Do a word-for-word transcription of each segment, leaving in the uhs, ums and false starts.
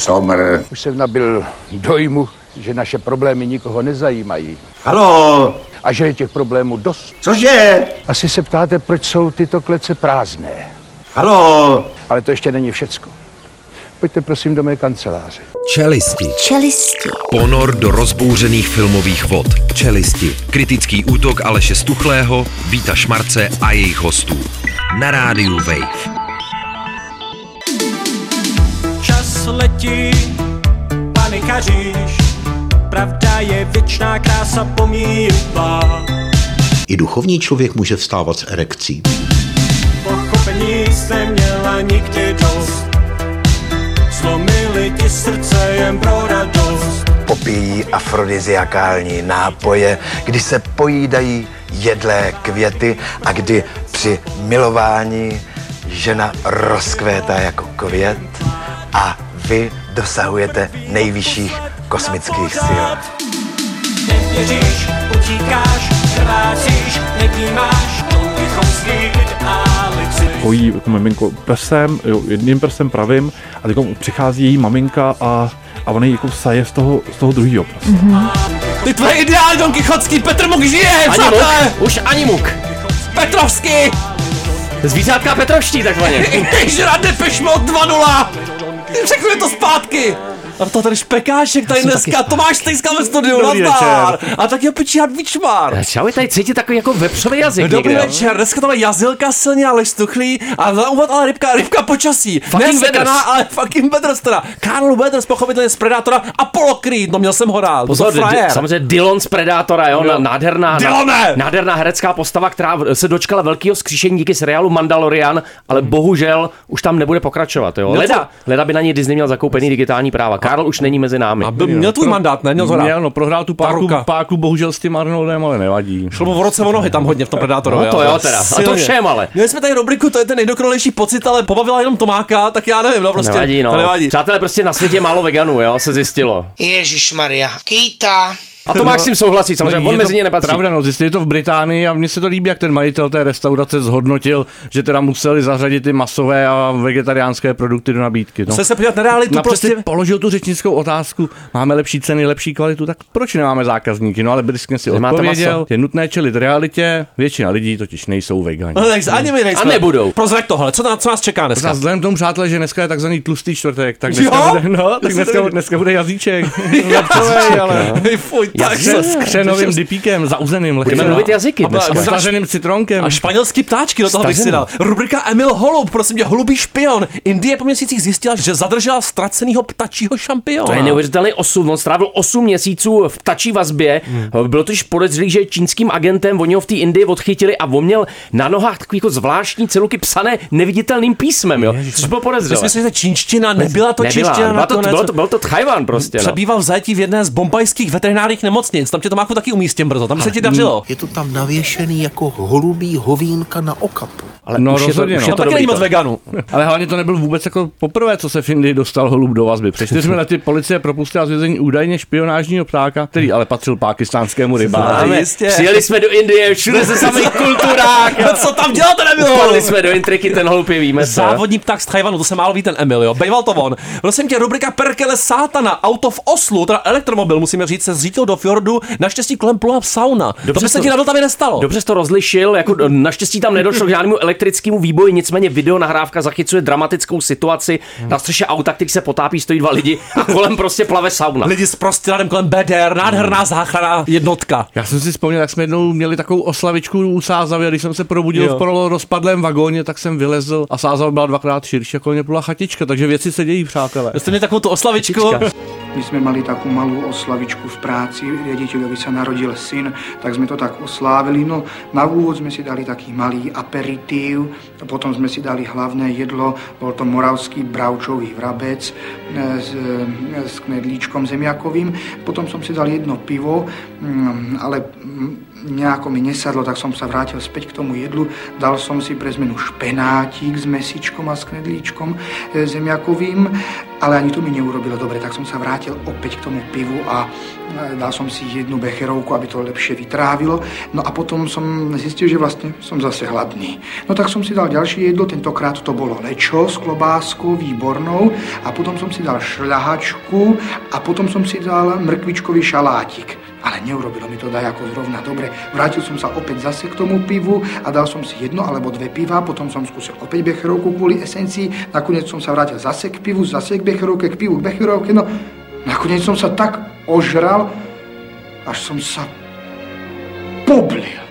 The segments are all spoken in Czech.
Somr. Už jsem nabyl dojmu, že naše problémy nikoho nezajímají. Haló? A že je těch problémů dost. Cože? Asi se ptáte, proč jsou tyto klece prázdné. Haló? Ale to ještě není všecko. Pojďte prosím do mé kanceláře. Čelisti. Čelisti. Ponor do rozbouřených filmových vod. Čelisti. Kritický útok Aleše Stuchlého, Víta Šmarce a jejich hostů. Na rádiu Wave. Čas letí, panikaříš, pravda je věčná, krása pomíjivá. I duchovní člověk může vstávat s erekcí. Pochopení jste měla nikdy dost, zlomili ti srdce jen pro radost. Popíjí afrodiziakální nápoje, kdy se pojídají jedlé květy a kdy při milování žena rozkvétá jako květ a vy dosahujete nejvyšších kosmických sil. Nevěříš, utíkáš, krvácíš, nevnímáš, to bychom slíbit a lici. Pojí jako miminko prsem, jo, jedním prsem pravým a teď přichází její maminka a, a ona jí jako saje z toho, z toho druhýho prsta. Mm-hmm. Ty tvoje ideál Don Kichotský, Petr Muk žije, přátelé! Už ani Muk. Petrovský! Zvířátka Petrovští takzvaně. Žrát Depeche Mode dva nula! Všechno je to zpátky! A to tady špekášek tady dneska, Tomáš Stejska ve studiu, nazdar! A taky opičí Hadvíčmar. Čau, je tady cítit takový jako vepřový jazyk. Dobrý někde, večer, dneska tohle jazylka silně Aleš Stuchlý a na úvod ale rybka, rybka počasí. Fucking Weathers. Ale fucking Weathers teda. Karl Weathers, pochopitelně z Predátora, Apollo Creed, no měl jsem ho rád. Pozor, d- samozřejmě Dillon z Predátora, jo, jo. Nádherná, Dillone! nádherná herecká postava, která se dočkala velkého zkříšení díky seriálu Mandalorian, ale bohužel už tam nebude pokračovat, jo. Leda, leda by na něj Disney měl zakoupený digitální práva. Karl už není mezi námi. A byl, měl tvůj mandát, ne? Měl zhodát. Měl, no, prohrál tu páku, páku bohužel s tím Arnoldem, ale nevadí. Šlo mu v roce o nohy tam hodně v tom Predátorovi. No to jo teda, a to všem ale. Měli jsme tady rubriku, to je ten nejdokonalejší pocit, ale pobavila jenom Tomáka, tak já nevím, no prostě. Nevadí, no. To nevadí. Přátelé, prostě na světě málo veganů, jo, se zjistilo. Ježišmarja, kýta. A to Max s tím souhlasí, samozřejmě, no, on mezi ně nepatří. Pravda, no, zjistili to v Británii a mně se to líbí, jak ten majitel té restaurace zhodnotil, že teda museli zařadit ty masové a vegetariánské produkty do nabídky. No. Chce se podívat na realitu, no, prostě položil tu řečnickou otázku, máme lepší ceny, lepší kvalitu, tak proč nemáme zákazníky? No ale briskně si odpověděl, je nutné čelit realitě, většina lidí totiž nejsou vegani. No, tak ani my nejsme. A nebudou. Prozrať tohle, co, na, co nás čeká dneska? Vzhledem k tomu, přátelé, že dneska je takzvaný tlustý čtvrtek, tak dneska bude, no, tak dneska, dneska bude jazyček. Novým dipíkem, zauzeným, budeme mluvit jazyky dnes. A staženým citronkem. A španělský ptáčky do toho bych si dal. Rubrika Emil Holub, prosím tě, holubý špion. Indie po měsících zjistila, že zadržela ztracenýho ptačího šampiona. To je neuvěřitelný osud. On strávil osm měsíců v ptačí vazbě. Hmm. Bylo tož podezřelý, že čínským agentem, oni ho v té Indii odchytili a on měl na nohách takový jako zvláštní celuky psané neviditelným písmem, jo. Což bylo podezřelé. Myslím si, že čínština nebyla to nebyla. čínština nakonec. Bylo to, bylo to Tchajwan prostě. No. Přebýval v zajetí v jedné z bombajských veterinárních nemocnic. Tam tě Tomáku taky umístím brzo. Tam se ti dařilo. Je to tam navěšený jako holubí hovínka na okapu. Ale no, rozhodně, no. To taky není moc veganů. Ale hlavně to nebyl vůbec jako poprvé, co se v Indii dostal holub do vazby. Před čtyřmi lety policie propustila z vězení údajně špionážního ptáka, který ale patřil pákistánskému rybáři. Přijeli jsme do Indie, všude se samý kulturák. Co tam děláte, nebylo? Spadli jsme do intriky, ten holub je, víme se. Závodní pták z Tchajwanu, to se málo ví ten Emil, jo. Bejval to on. Prosím tě, rubrika Perkele sátana, auto v Oslu, teda elektromobil, musíme říct, se zřítil do fjordu, naštěstí kolem plula sauna. Dobře, to se ti na Vltavě nestalo. Dobře jsi to rozlišil, jako naštěstí tam nedošlo k žádnému elektrickému výboji, nicméně video nahrávka zachycuje dramatickou situaci. Na střeše auta, který se potápí, stojí dva lidi a kolem prostě plave sauna. Lidi s prostěradem kolem beder, nádherná záchranná jednotka. Já jsem si vzpomněl, jak jsme jednou měli takovou oslavičku u Sázavy, a když jsem se probudil jo. v polorozpadlém vagóně, tak jsem vylezl a Sázava byla dvakrát širší, jako mě byla chatička, takže věci se dějí, přátelé. Jste měli takovou tu oslavičku? My sme mali takú malú oslavičku v práci, riaditeľovi sa narodil syn, tak sme to tak oslávili. No, na úvod sme si dali taký malý aperitív, a potom sme si dali hlavné jedlo, bol to moravský bravčový vrabec s, s knedlíčkom zemiakovým. Potom som si dal jedno pivo, ale nejako mi nesadlo, tak som sa vrátil späť k tomu jedlu. Dal som si pre zmenu špenátik s mesičkom a s knedlíčkom zemiakovým. ale ani to mi neurobilo dobre, tak som sa vrátil opäť k tomu pivu a dal som si jednu becherovku, aby to lepšie vytrávilo. No a potom som zistil, že vlastne som zase hladný. No tak som si dal ďalšie jedlo, tentokrát to bolo lečo s klobáskou výbornou a potom som si dal šľahačku a potom som si dal mrkvičkový šalátik. Ale neurobilo mi to dajako zrovna dobre. Vrátil som sa opäť zase k tomu pivu a dal som si jedno alebo dve piva, potom som skúsil opäť becherovku kvôli esencii, nakoniec som sa vrátil zase k pivu, zase k becherovke, k pivu, k becherovke, no nakoniec som sa tak ožral, až som sa poblil.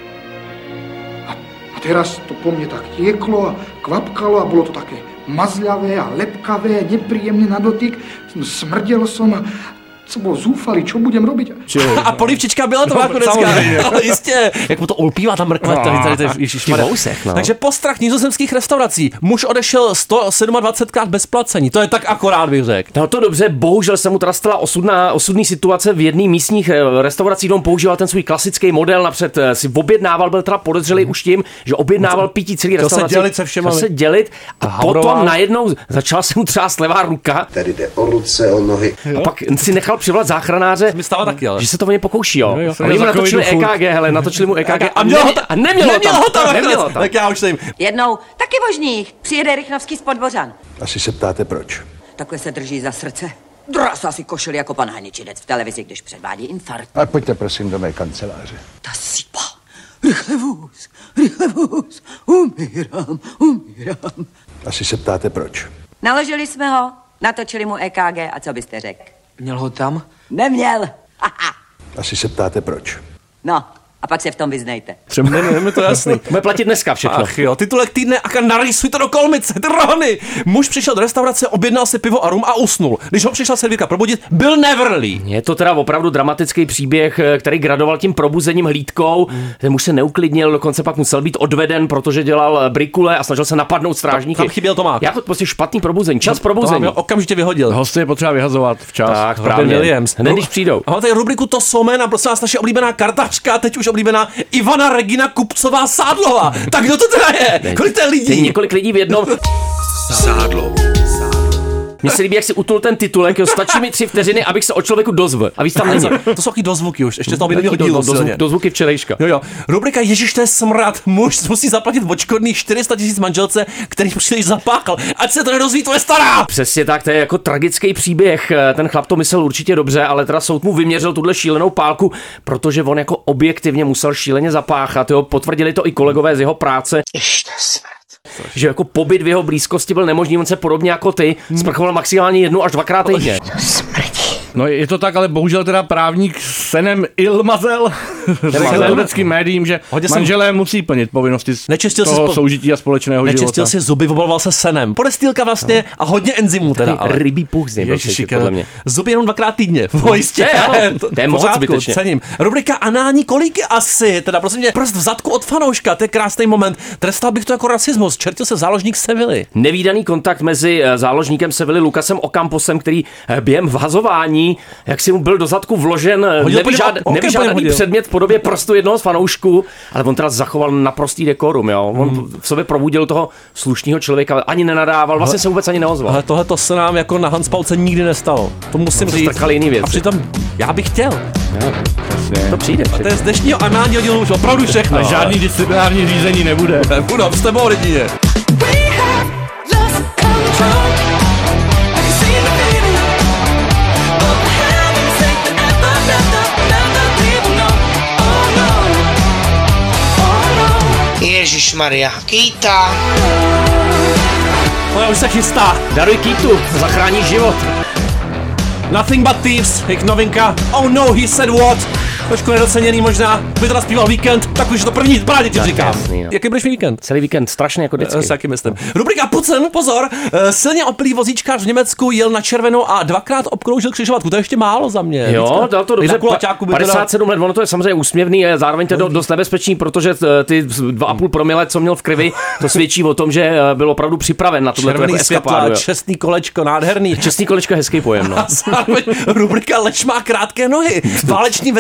A, a teraz to po mne tak tieklo a kvapkalo a bolo to také mazľavé a lepkavé, nepríjemné na dotyk. Smrdel som a co bol zúfalý, čo budem robiť? A polivčička byla to nakonec. Ale jistě, jak mu to ulpívá ta mrkva, tady, tady, tady, ježišmarja. No. Takže postrach nizozemských restaurací. Muž odešel sto sedmadvacetkrát bez placení. To je tak akorát, bych řekl. No to dobře, bohužel se mu teda stala osudná, osudný situace v jedné místních restaurací. On používal ten svůj klasický model, napřed si objednával, byl teda podezřelý už tím, že objednával pití celý restauraci. se dělit se všema. se dělit a, a potom najednou začala se mu třást levá ruka. Tady jde o ruce, o nohy. A pak si nechal přivolat záchranáře, taky, ale. že se to o ně pokouší, jo. jo, jo. Oni mu natočili E K G, hele, natočili mu E K G a, nemělo ho tam, a nemělo, nemělo tam, tam, nemělo tam. Tak já už jsem. Jednou taky možných přijede Rychnovský z Podbořan. Asi se ptáte proč. Takhle se drží za srdce. Drásá si košili jako pan Haničinec v televizi, když předvádí infarkt. A pojďte prosím do mé kanceláře. Ta sípa. Rychle vůz, rychle vůz. Umírám, umírám. Asi se ptáte proč. Naložili jsme ho, natočili mu E K G a co byste řekl? Měl ho tam? Neměl. Aha. Asi se ptáte proč. No, a pak se v tom vyznejte. Třeba ne, ne, to jasný. Bude platit dneska všechno. Ach jo, titulek týdne a narýsuj to do kolmice, drony. Muž přišel do restaurace, objednal si pivo a rum a usnul. Když ho přišla servírka probudit, byl nevrlý. Je to teda opravdu dramatický příběh, který gradoval tím probuzením hlídkou. Mm. Ten muž se neuklidnil, dokonce pak musel být odveden, protože dělal brikule a snažil se napadnout strážníky. Tam chyběl Tomák. Já to prostě špatný probuzení, čas to, probuzení. To okamžitě vyhodil. Hosty je potřeba vyhazovat včas. Tak, správně. Williams. Hned když přijdou. A tady rubriku To Somen a prosím vás, naše oblíbená kartařka, teď už oblíbená Ivana Regina Kupcová Sádlová. Tak kdo to teda je? Kolik to je lidí? Několik lidí v jednom. Sádlo. Mně se líbí, jak si utnul ten titulek, jo, stačí mi tři vteřiny, abych se o člověku dozvil. A víc tam není. To jsou taky dozvuky už, ještě to by nebylo dílo do, do, dozvuky včerejška. Jo, jo. Rubrika Ježíš, to je smrad. Muž musí zaplatit odškodný čtyři sta tisíc manželce, který příliš zapáchal. Ať se to nedozví tvoje stará. Přesně tak, to je jako tragický příběh. Ten chlap to myslel určitě dobře, ale teda soud mu vyměřil tuhle šílenou pálku, protože on jako objektivně musel šíleně zapáchat. Jo. Potvrdili to i kolegové z jeho práce. Ještě smrt. Že jako pobyt v jeho blízkosti byl nemožný, on se podobně jako ty sprchoval maximálně jednou až dvakrát týdně. No je to tak, ale bohužel teda právník s senem Ilmazel řekl tureckým médiím, že Hodně manželé jsem... musí plnit povinnosti z Nečistil toho si soužití a společného Nečistil života. si zuby, obaloval se senem. Podestýlka vlastně no. A hodně enzymů teda. Ale... Rybí puch z něj byl podle mě. Zuby jenom dvakrát týdně. Vojistě. To, to je moc zbytečně. Cením. Rubrika Anální kolíky asi. Teda prosím mě, prst v zadku od fanouška, to je krásný moment. Trestal bych to jako rasismus. Čertil se záložník Sevilly. Nevídaný kontakt mezi záložníkem Sevilly Lukasem Ocamposem, který během vhazování, jak si mu byl do zadku vložen nevyžád, nevyžádaný předmět v podobě prstu jednoho z fanoušků, ale on teda zachoval naprostý dekorum, jo. On hmm. v sobě probudil toho slušného člověka, ani nenadával, vlastně se vůbec ani neozval. Ale tohle to se nám jako na Hanspalce nikdy nestalo. To musím no, říct. Jiný věci. A přitom já bych chtěl. No, to přijde. A to je z dnešního análního dílu už opravdu všechno. A žádný disciplinární řízení nebude. Nebudu, s tebou lidi. Ježišmarja, Kýta. No, už se chystá. Daruj Kýtu, zachrání život. Nothing but thieves, jak novinka. Oh no, he said what? Trošku nedoceněný možná. By teda zpíval Víkend, tak už je to první zbrání, ti říkám. Jasný, no. Jaký budeš víkend? Celý víkend, strašně jako vždycky. Já si taky myslím. Rubrika Pucen, pozor. Silně opilý vozíčkář v Německu jel na červenou a dvakrát obkroužil křižovatku. To je ještě málo za mě. Jo, dal to dobře. padesát sedm let, ono to je samozřejmě úsměvný, a zároveň to je dost nebezpečný, protože ty dva a půl promile, co měl v krvi, to svědčí o tom, že byl opravdu připraven na tuhle jako eskapádu. Čestný kolečko, nádherný. Čestný kolečko, hezký pojem, no. A zároveň rubrika Leč má krátké nohy. Válečný veterán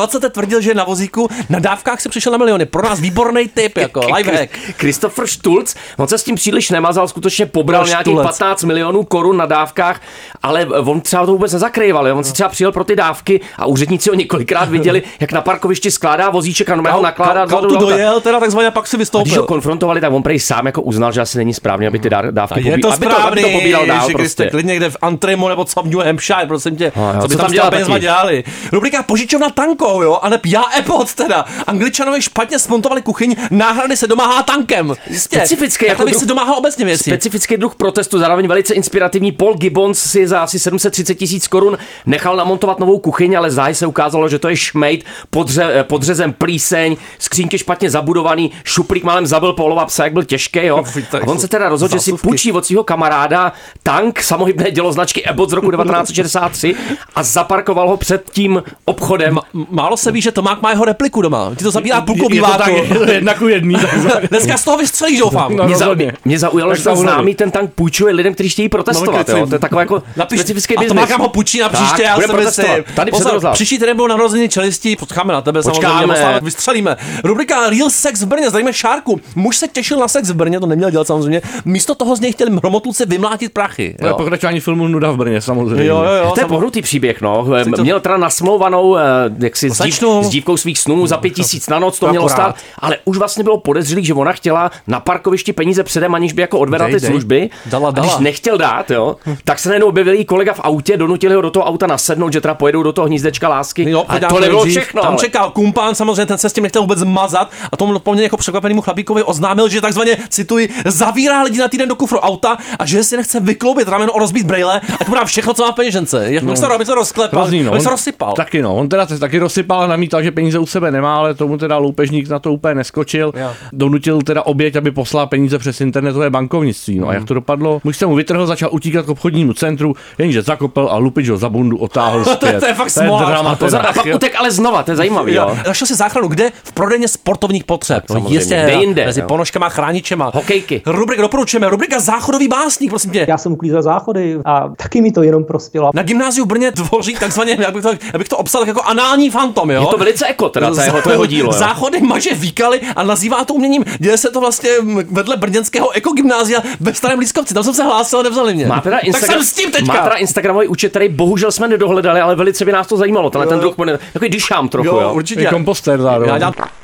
dvacet let tvrdil, že na vozíku na dávkách se přišel na miliony. Pro nás výborný tip, jako lifehack. Christopher Stulz, on se s tím příliš nemazal, skutečně pobral nějakých patnáct milionů korun na dávkách, ale on třeba to vůbec nezakrýval. On si třeba přijel pro ty dávky a úředníci ho několikrát viděli, jak na parkovišti skládá vozíček a ho nakládá. Kam tu dojel, teda takzvaně, pak si vystoupil. A když ho konfrontovali, tak on prej sám jako uznal, že asi není správně, aby ty dávky pobíral. Je to aby správný, to, aby to pobíral dál, že prostě. klidně někde v Antremo nebo co v New Hampshire, prosím tě. No, jo, co by co tam tam dělali, dělá dělali. Rubrika Požičovna tankou, jo, a neb já Epod teda. Angličanovi špatně smontovali kuchyň, náhrady se domáhá tankem. Jistě. Specifický, jako bych si domáhal obecně věci. Specifický druh protestu, zároveň velice inspirativní. Paul Gibbons si za asi sedm set třicet tisíc korun nechal namontovat novou kuchyň, ale záhy se ukázalo, že to je šmejt, podře, podřezem plíseň, skřínky špatně zabudovaný, šuplík málem zabil Paulova psa, jak byl těžký, jo. A on se teda rozhodl, že si půjčí od svého kamaráda tank samohybné děloznačky Abbott z roku devatenáct set šedesát tři a zaparkoval ho před tím obchodem. M- málo se ví, že Tomák má jeho repliku doma. Ti to zabírá půlkový váku. Jedna ku jedný. Dneska z toho vystřelíš, doufám. No, mě, za, mě zaujalo, že ten známý ten tank půjčuje lidem, kteří chtějí protestovat. No, jo? To je takový jako Napiš, specifický a biznis. Tomák ho půjčí na příště, já se myslím. Tady Pozor, příští týden budou narozeniny čelistí, počkáme na tebe, samozřejmě, vystřelíme. Rubrika Real Sex v Brně, zdravíme Šárku. Muž se těšil na sex v Brně, to neměl dělat samozřejmě. Místo toho z něj chtěli hromotluci vymlátit prachy. To je pokračování filmu Nuda v Brně, samozřejmě. Jo, jo, jo, to je pohnutý příběh, no. Měl teda nasmlouvanou jaksi s, dív, s dívkou svých snů za pět tisíc na noc, to mělo stát, ale už vlastně bylo podezřelý, že ona chtěla na parkovišti peníze předem, aniž by jako odvedla ty služby. Dala, dala. A když nechtěl dát, jo, tak se najednou objevil jí kolega v autě, donutili ho do toho auta nasednout, že teda pojedou do toho hnízdečka lásky. Jo, a to nebylo všechno. Tam ale. čekal kumpán, samozřejmě ten se s tím nechtěl vůbec mazat a tomu poměrně jako překvapenému chlapíkovi oznámil, že takzvaně, cituji, zavírá lidi na týden do kufru auta a že si nechce vykloubit rameno a rozbít brejle a to bude všechno, co má v peněžence. Jak no. se to, aby se rozklepal, no, aby se rozsypal. Taky no, on teda se taky rozsypal a namítal, že peníze u sebe nemá, ale tomu teda loupežník na to úplně neskočil. Jo. Donutil teda oběť, aby poslal peníze přes internetové bankovnictví. No mm. a jak to dopadlo? Muž se mu vytrhl, začal utíkat k obchodnímu centru, jenže zakopl a lupič ho za bundu otáhl zpět. To je fakt smolá. A pak utek ale znova, to je zajímavý, jo. Našel si záchranu kde? V prodejně sportovních potřeb. Jistě, kde jinde. Mezi ponožkama, chráničema. Hokejky. Rubrika doporučujeme, rubrika Záchodový básník, prosím tě. Já jsem uklízel záchody a taky mi to jenom prospělo. Na gymnáziu v Brně tvoří takzvaně, jak bych to, jak bych to obsal jako anální fantom, jo. Je to velice eko, teda to jeho, to jeho dílo. Jo. Záchody maže výkaly a nazývá to uměním. Děje se to vlastně vedle brněnského ekogymnázia ve Starém Lískovci. Tam jsem se hlásil a nevzali mě. Má teda Instagram, tak jsem s tím teďka. Má teda Instagramový účet, který bohužel jsme nedohledali, ale velice by nás to zajímalo. Tenhle ten druh, takový dyšám trochu, jo. jo. Určitě. Je komposter zároveň.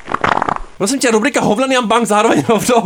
Prosím tě, rubrika Hovlanian Bank zároveň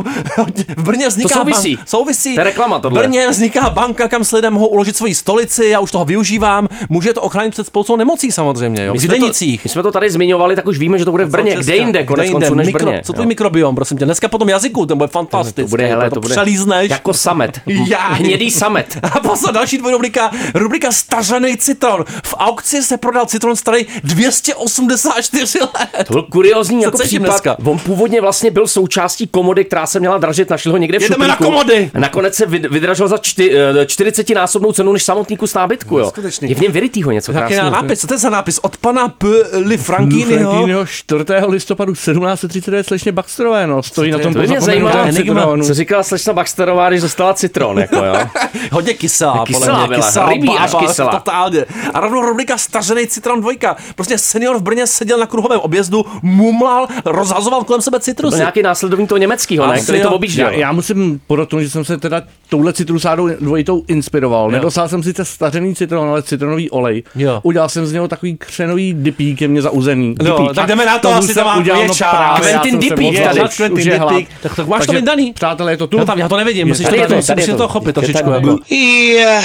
v Brně vzniká to souvisí. Bank, souvisí. To je reklama tohle. V Brně vzniká banka, kam si lidé mohou uložit svoji stolici, já už toho využívám. Může to ochránit před spoustou nemocí samozřejmě, jo. My v jsme, to, my jsme to tady zmiňovali, tak už víme, že to bude v Brně. Kde jinde, konec konců než Brně. Co tvůj mikrobiom, prosím tě, dneska po tom jazyku, ten bude fantastický. To bude, hele, to, to bude přelízneš. Jako samet. Hnědý samet. A poslední další tvoje rubrika, rubrika Stařený citron. V aukci se prodal citron starý dvě stě osmdesát čtyři let. To byl kuriózní jako případ. On původně vlastně byl součástí komody, která se měla dražit, našli ho někde v šuplíku. Jedeme na komody. Nakonec se vydražil za čtyřicetinásobnou cenu než samotný kus nábytku, jo. Skutečný. Je v něm vyrytýho něco krásného. Nápis, co to je za nápis? Od pana P. Lifrankiniho. čtvrtého listopadu sedmnáct set třicet devět slečně Baxterové, no. Stojí na tom to pozapomenutém. Co říkala slečna Baxterová, když dostala citron, jako jo. Hodně kyselá, kyselá byla, kyselá, rybí až kyselá. Totálně. A rovnou rubrika Stařený citron dvojka. Prostě senior v Brně seděl na kruhovém objezdu, mumlal, rozhazoval kolem sebe citrusy. Nějaký následovník toho německého, ne? Který to objížděl. Já, já musím podotknout, že jsem se teda touhle citrusádou dvojitou inspiroval. Nedostal jsem sice stařený citron, ale citronový olej. Jo. Udělal jsem z něho takový křenový dipík, je mě zauzený. No, tak jdeme na to, asi tam mám věčár. Quentin Dipík tady. Quentin Dipík. Tak máš to vydaný. Přátelé, je to tu. Já, tam, já to nevidím, musíš to, to chopit trošičku. Je,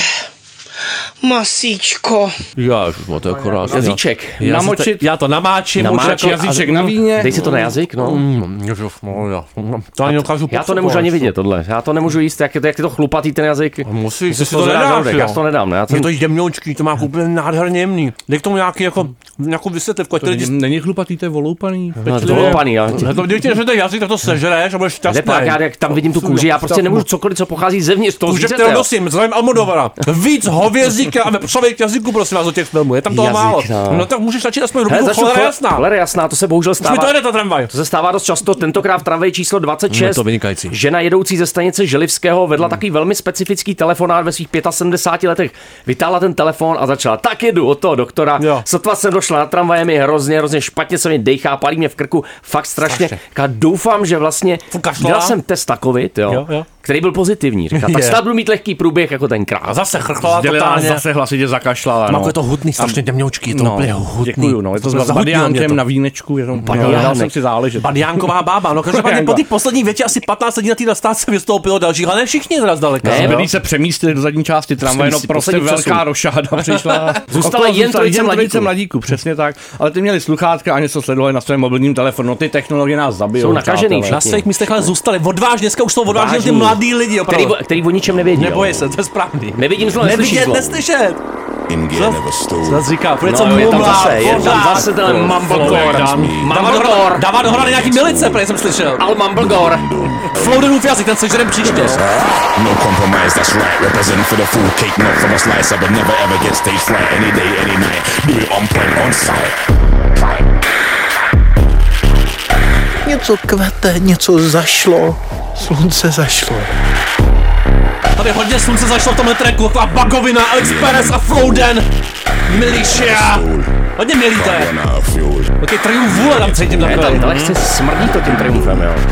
masíčko. Já, to je krásný. Jazyček. Já, namočit. Já to namáčím. Namáčit jazyček na víně. Dej si to na jazyk, no. To ani dokážu já to nemůžu ani vidět, tohle. Já to nemůžu jíst, jak je to, jak je to chlupatý ten jazyk. Musíš, si to nedáš, já to nedám. Já je to jemňoučký, to má úplně nádherně jemný. Dej k tomu nějaký jako nějakou vysvětlivku. To lidi... není chlupatý, to je voloupaný. No, to voloupaný, jo. Když ti neřete jazyk, tak to sežereš a budeš šťastný. Nepak, já jak tam vidím tu kůži, já prostě nemůžu cokoliv, co pochází zevnitř toho zvířete. Kůže, kterou nosím, zdravím Almodovara. Víc Hovězíka a vepřovej k jazyku, prosím vás, o těch filmů. Je tam toho Jazyk, málo. no. No tak můžeš začít aspoň Hele, rubriku začnu Cholera chole- jasná. Cholera jasná, to se bohužel stává. Už mi to jede ta tramvaj. To se stává dost často, tentokrát v tramvaji číslo dvacet šest. Je to vynikající. Žena jedoucí ze stanice Želivského vedla hmm. takový velmi specifický telefonát ve svých sedmdesáti pěti letech. Vytáhla ten telefon a začala, tak jedu od toho doktora. Jo. Sotva jsem došla na tramvaje, mi hrozně, hrozně špatně se mi dejchá, palí mě v krku, fakt strašně. Říká, doufám, že vlastně dělal jsem test na covid, jo, jo, jo. který byl pozitivní. Říká, tak snad budu mít lehký průběh jako tenkrát. A zase chrchlala totálně. Zase hlasitě zakašlala. No. Je to hutný, strašně temňoučký, je to no, úplně hutný. Děkuju, no, je to s badiánkem na vínečku, jenom dal jsem si záležet. Badiánková bába, no každopádně po té poslední větě asi patnáct lidí na té zastávce vystoupilo dalších, ale ne všichni teda zdaleka. Ne, byli se přemístili do zadní části tramvaje, no prostě velká rošáda přišla. Zůstali jen trojice mladíků. mladíků, přesně tak. Ale ty měli sluchátka a něco sledovali na svém mobilním telefonu. No, ty technologie nás zabijou. Jsou nakažený. Na svých místech ale zůstali. Odvážně, dneska už jsou odvážně ty mladí lidi, opravdu. Který, který o ničem nevědí. Neboje se, to je správný. Nevidím zlo, nevidět, neslyšet. Co to říká? Bude co no, je tam mumlá, zase, je tam zase ten Mumblegore. Mumblegore. Dává dohromady nějaký milice, protože jsem slyšel. Al Mumblegore. Flowdenův jazyk, ten sežerem příště. No compromise, that's right. Represent for the full cake, not from a slice. I would never ever get stage fright any day, any night. Do it on point, on site. Něco kvete, něco zašlo, slunce zašlo. Tady hodně slunce zašlo v tomhle tracku, taková bagovina, Alex Perez a Flowden. Milicia. Hodně milý to je. Taký triumf vůle tam cítím takhle. Ne, tam lehce smrdí to tím triumfem, jo.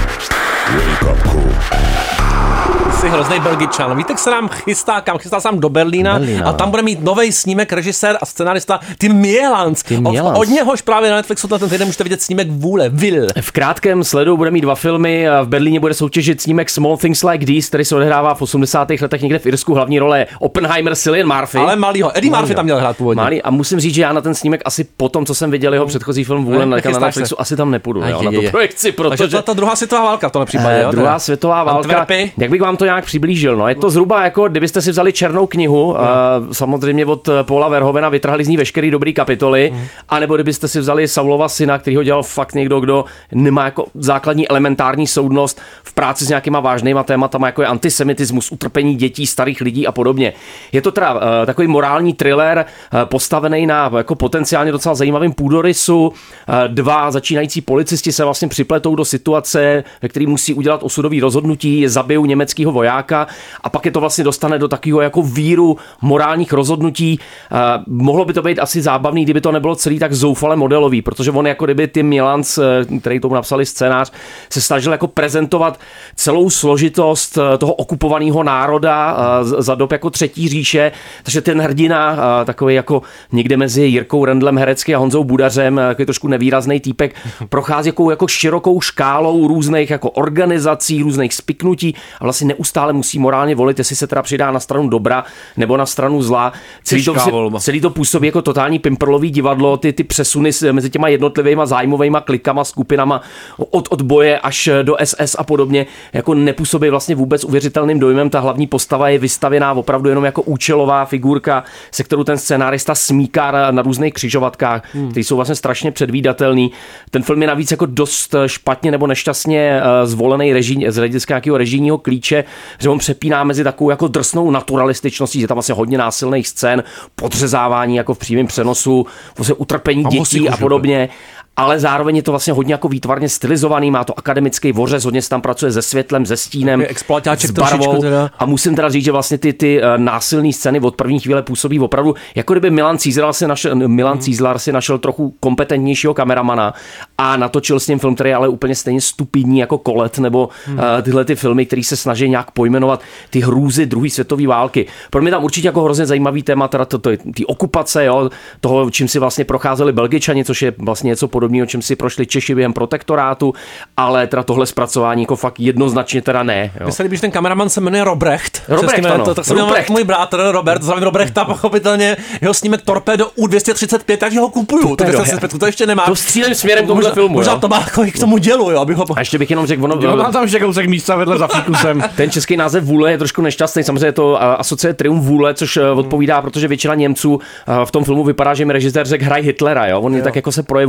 Jsi hroznej Belgičan. Vítek se nám chystá, kam chystá sám do Berlína, Berlína a tam bude mít nový snímek režisér a scenarista Tim Mielans. Od, od něhož právě na Netflixu na ten týden můžete vidět snímek Vůle, Will. V krátkém sledu bude mít dva filmy. V Berlíně bude soutěžit snímek Small Things Like These, který se odehrává v osmdesátých letech někde v Irsku. Hlavní role Oppenheimer, Cillian Murphy. Ale malýho. Eddie Murphy tam měl hrát původně. Malý. A musím říct, že já na ten snímek asi po tom, co jsem viděl jeho předchozí film Vůle na Netflixu, asi tam nepůjdu. Jo, na tu projekci, protože Takže ta druhá světová válka v tomhle případě. Eh, druhá světová válka. Jak bych vám to nějak přiblížil? No, je to zhruba jako, kdybyste si vzali černou knihu, mm. uh, samozřejmě od Paula Verhoevena, vytrhali z ní veškerý dobrý kapitoly, mm. anebo kdybyste si vzali Saulova syna, který ho dělal fakt někdo, kdo nemá jako základní elementární soudnost v práci s nějakýma vážnýma tématama, jako je antisemitismus, utrpení dětí, starých lidí a podobně. Je to teda uh, takový morální thriller, uh, postavený na jako potenciálně docela zajímavým půdorysu. Uh, dva začínající policisti se vlastně připletou do situace, ve které musí udělat osudový rozhodnutí, zabijou německého vojáka a pak je to vlastně dostane do takového jako víru morálních rozhodnutí. Uh, mohlo by to být asi zábavný, kdyby to nebylo celý tak zoufale modelový, protože on jako kdyby Tim Mielans, který tomu napsali scénář, se snažil jako prezentovat celou složitost toho okupovaného národa uh, za dob jako třetí říše, takže ten hrdina, uh, takový jako někde mezi Jirkou Rendlem herecky a Honzou Budařem, takový trošku nevýrazný týpek, prochází jako, jako širokou škálou různých jako organizací, různých spiknutí a vlastně neustále musí morálně volit, jestli se teda přidá na stranu dobra nebo na stranu zla. Celý to, celý to působí jako totální pimperlový divadlo, ty, ty přesuny mezi těma jednotlivýma zájmovýma klikama, skupinama od, od boje až do S S a podobně, jako nepůsobí vlastně vůbec uvěřitelným dojmem. Ta hlavní postava je vystavěná opravdu jenom jako účelová figurka, se kterou ten scénárista smíká na, na různých křižovatkách, hmm. které jsou vlastně strašně předvídatelný. Ten film je navíc jako dost špatně nebo nešťastně zvolený reží, z hlediska nějakého režijního klíče, že on přepíná mezi takovou jako drsnou naturalističností, je tam vlastně hodně násilných scén, podřezávání jako v přímém přenosu, vlastně utrpení a dětí a podobně. Ale zároveň je to vlastně hodně jako výtvarně stylizovaný, má to akademický vořez, hodně se tam pracuje se světlem, se stínem, s barvou. A musím teda říct, že vlastně ty, ty násilné scény od první chvíle působí opravdu, jako kdyby Milan Cízlar si našel, Milan Cízlar si našel trochu kompetentnějšího kameramana a natočil s ním film, který je ale úplně stejně stupidní jako Kolet nebo hmm. tyhle ty filmy, které se snaží nějak pojmenovat ty hrůzy druhé světové války. Pro mě tam určitě jako hrozně zajímavý téma, teda to, to, ty okupace, jo, toho, čím si vlastně procházeli Belgičani, což je vlastně něco podobného, o čem si prošli Češi během protektorátu, ale teda tohle zpracování jako fakt jednoznačně teda ne. Myslím, že ten kameraman se jmenuje Robrecht. Robrecht, ano. To, tak se jmenuje můj bratr Robert, zdravím Robrechta, pochopitelně jeho snímek Torpedo U dvě stě třicet pět, takže ho kupuju. To, to ještě nemá. To střílem směrem k tomuhle filmu. Možná to má k tomu dělu, jo, abych ho... A ještě bych jenom řekl, ono... Jo, mám tam ještě kousek místa vedle za fikusem. Ten český název Vůle je trošku nešťastný, samozřejmě je to asocie Triumf vůle, což odpovídá, protože většina Němců v tom filmu vypadá, že jim režisér řekl hraj Hitlera, jo. Oni jo. tak jako se projevují,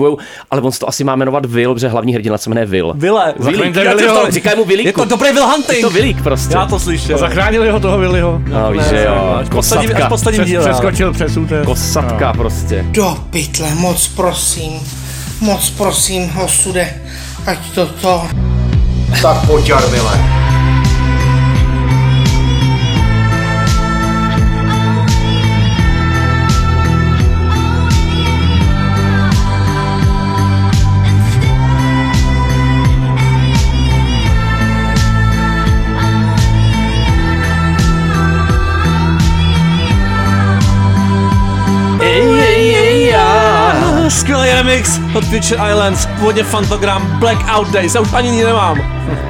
ale on se to asi má jmenovat Will, protože hlavní hrdina se jmenuje Will. Ville. Vilík, říkají mu Vilíku. Je to dobrý Will Hunting. Je to Vilík prostě. Já to slyšel. Zachránili ho toho Willyho. No víš, že jo. Kosatka. Posledním díle. Přeskočil přes útek. Kosatka prostě. Do pytle, moc prosím, moc prosím, osude, ať to to... Tak pojď, Jarmile. Skvělý remix od Future Islands, původně Fantogram, Blackout Days, já už ani ní nemám.